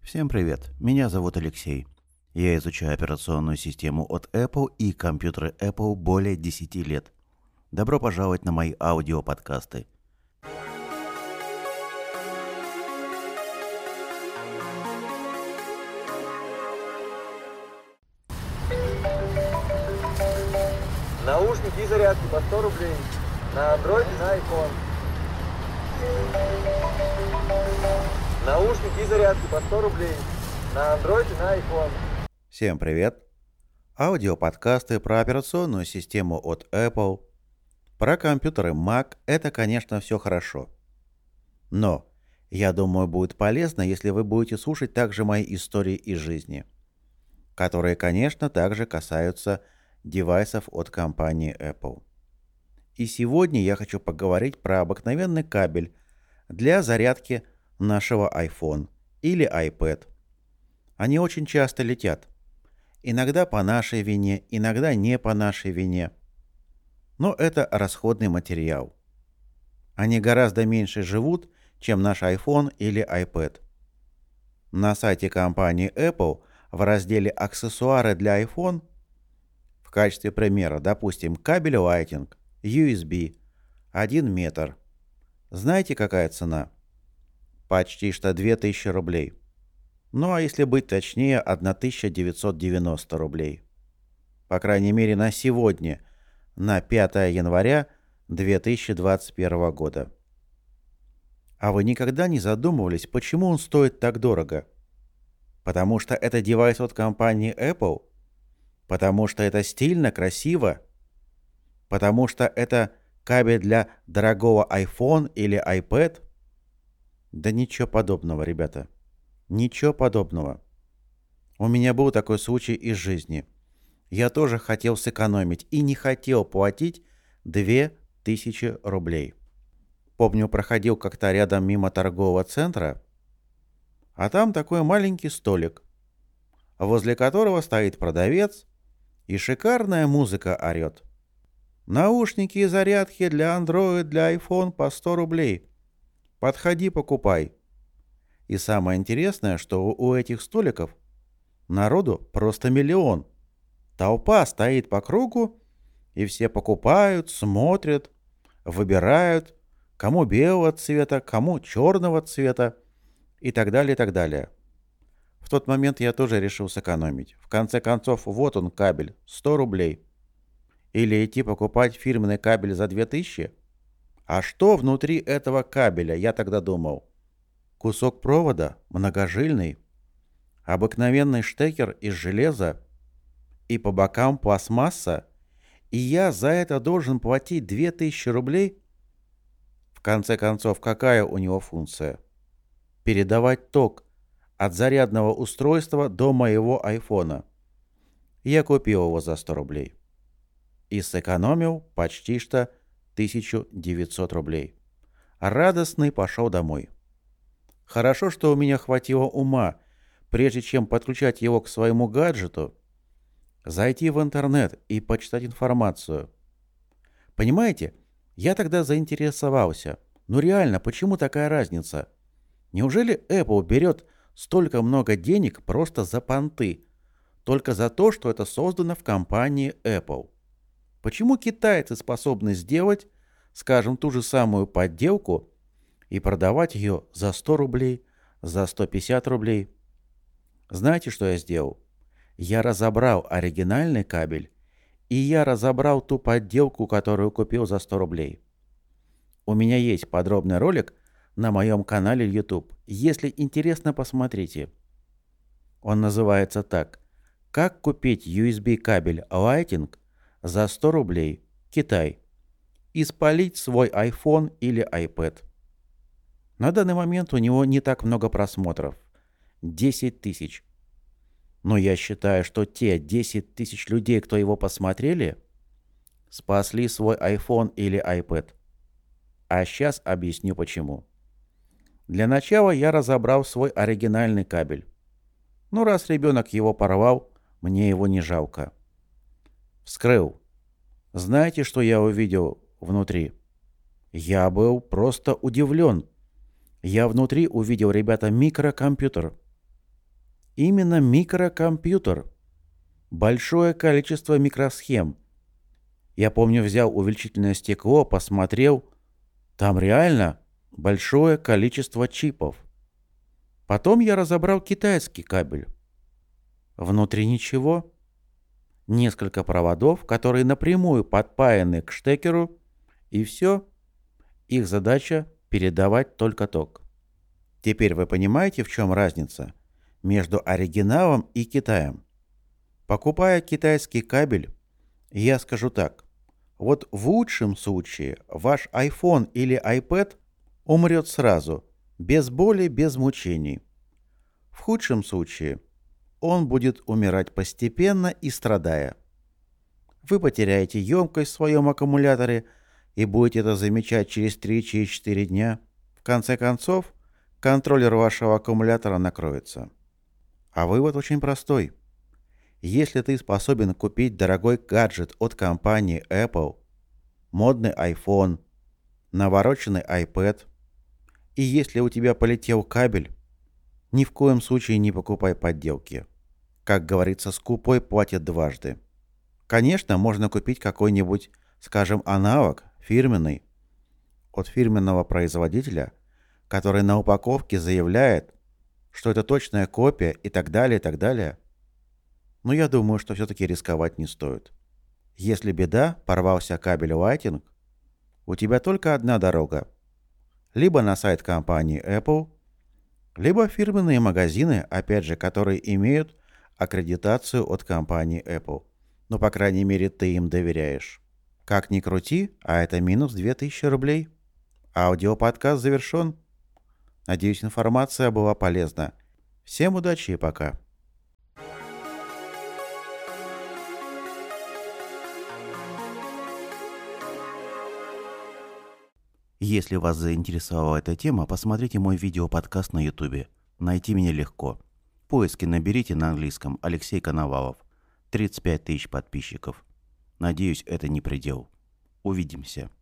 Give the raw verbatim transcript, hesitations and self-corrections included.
Всем привет, меня зовут Алексей. Я изучаю операционную систему от Apple и компьютеры Apple более десяти лет. Добро пожаловать на мои аудиоподкасты. Наушники и зарядки по сто рублей. На Android и на iPhone. Наушники и зарядки по сто рублей. На Android и на iPhone. Всем привет. Аудиоподкасты про операционную систему от Apple, про компьютеры Mac – это, конечно, все хорошо. Но я думаю, будет полезно, если вы будете слушать также мои истории из жизни, которые, конечно, также касаются девайсов от компании Apple. И сегодня я хочу поговорить про обыкновенный кабель для зарядки нашего iPhone или iPad. Они очень часто летят. Иногда по нашей вине, иногда не по нашей вине. Но это расходный материал. Они гораздо меньше живут, чем наш iPhone или iPad. На сайте компании Apple в разделе «Аксессуары для iPhone» в качестве примера, допустим, кабель Lightning, ю эс би, один метр. Знаете, какая цена? Почти что две тысячи рублей. Ну а если быть точнее, тысяча девятьсот девяносто рублей. По крайней мере на сегодня, на пятое января две тысячи двадцать первого года. А вы никогда не задумывались, почему он стоит так дорого? Потому что это девайс от компании Apple? Потому что это стильно, красиво? Потому что это кабель для дорогого iPhone или iPad? Да ничего подобного, ребята. Ничего подобного. У меня был такой случай из жизни. Я тоже хотел сэкономить и не хотел платить две тысячи рублей. Помню, проходил как-то рядом мимо торгового центра, а там такой маленький столик, возле которого стоит продавец, и шикарная музыка орет. Наушники и зарядки для Android, для iPhone по сто рублей. Подходи, покупай. И самое интересное, что у этих столиков народу просто миллион. Толпа стоит по кругу, и все покупают, смотрят, выбирают, кому белого цвета, кому черного цвета, и так далее, и так далее. В тот момент я тоже решил сэкономить. В конце концов, вот он кабель, сто рублей. Или идти покупать фирменный кабель за две тысячи? А что внутри этого кабеля, я тогда думал? Кусок провода, многожильный, обыкновенный штекер из железа и по бокам пластмасса, и я за это должен платить две тысячи рублей? В конце концов, какая у него функция? Передавать ток от зарядного устройства до моего айфона. Я купил его за сто рублей. И сэкономил почти что тысячу девятьсот рублей. Радостный пошел домой. Хорошо, что у меня хватило ума, прежде чем подключать его к своему гаджету, зайти в интернет и почитать информацию. Понимаете, я тогда заинтересовался. Ну реально, почему такая разница? Неужели Apple берет столько много денег просто за понты, только за то, что это создано в компании Apple? Почему китайцы способны сделать, скажем, ту же самую подделку и продавать ее за сто рублей, за сто пятьдесят рублей? Знаете, что я сделал? Я разобрал оригинальный кабель, и я разобрал ту подделку, которую купил за сто рублей. У меня есть подробный ролик на моем канале YouTube. Если интересно, посмотрите. Он называется так: «Как купить ю эс би кабель Lightning за сто рублей, Китай, и спалить свой iPhone или iPad». На данный момент у него не так много просмотров. десять тысяч. Но я считаю, что те десять тысяч людей, кто его посмотрели, спасли свой iPhone или iPad. А сейчас объясню почему. Для начала я разобрал свой оригинальный кабель. Ну, раз ребенок его порвал, мне его не жалко. Вскрыл. Знаете, что я увидел внутри? Я был просто удивлен. Я внутри увидел, ребята, микрокомпьютер. Именно микрокомпьютер. Большое количество микросхем. Я помню, взял увеличительное стекло, посмотрел. Там реально большое количество чипов. Потом я разобрал китайский кабель. Внутри ничего. Несколько проводов, которые напрямую подпаяны к штекеру, и все. Их задача — передавать только ток. Теперь вы понимаете, в чем разница между оригиналом и Китаем? Покупая китайский кабель, я скажу так. Вот в лучшем случае ваш iPhone или iPad умрет сразу, без боли, без мучений. В худшем случае он будет умирать постепенно и страдая. Вы потеряете емкость в своем аккумуляторе и будете это замечать через три-четыре дня. В конце концов, контроллер вашего аккумулятора накроется. А вывод очень простой. Если ты способен купить дорогой гаджет от компании Apple, модный iPhone, навороченный iPad, и если у тебя полетел кабель, ни в коем случае не покупай подделки. Как говорится, скупой платит дважды. Конечно, можно купить какой-нибудь, скажем, аналог, фирменный, от фирменного производителя, который на упаковке заявляет, что это точная копия и так далее, и так далее. Но я думаю, что все-таки рисковать не стоит. Если беда, порвался кабель Lightning, у тебя только одна дорога. Либо на сайт компании Apple, либо фирменные магазины, опять же, которые имеют аккредитацию от компании Apple. Ну, по крайней мере, ты им доверяешь. Как ни крути, а это минус две тысячи рублей. Аудиоподкаст завершен. Надеюсь, информация была полезна. Всем удачи и пока. Если вас заинтересовала эта тема, посмотрите мой видеоподкаст на YouTube. Найти меня легко. В поиске наберите на английском Алексей Коновалов. тридцать пять тысяч подписчиков. Надеюсь, это не предел. Увидимся.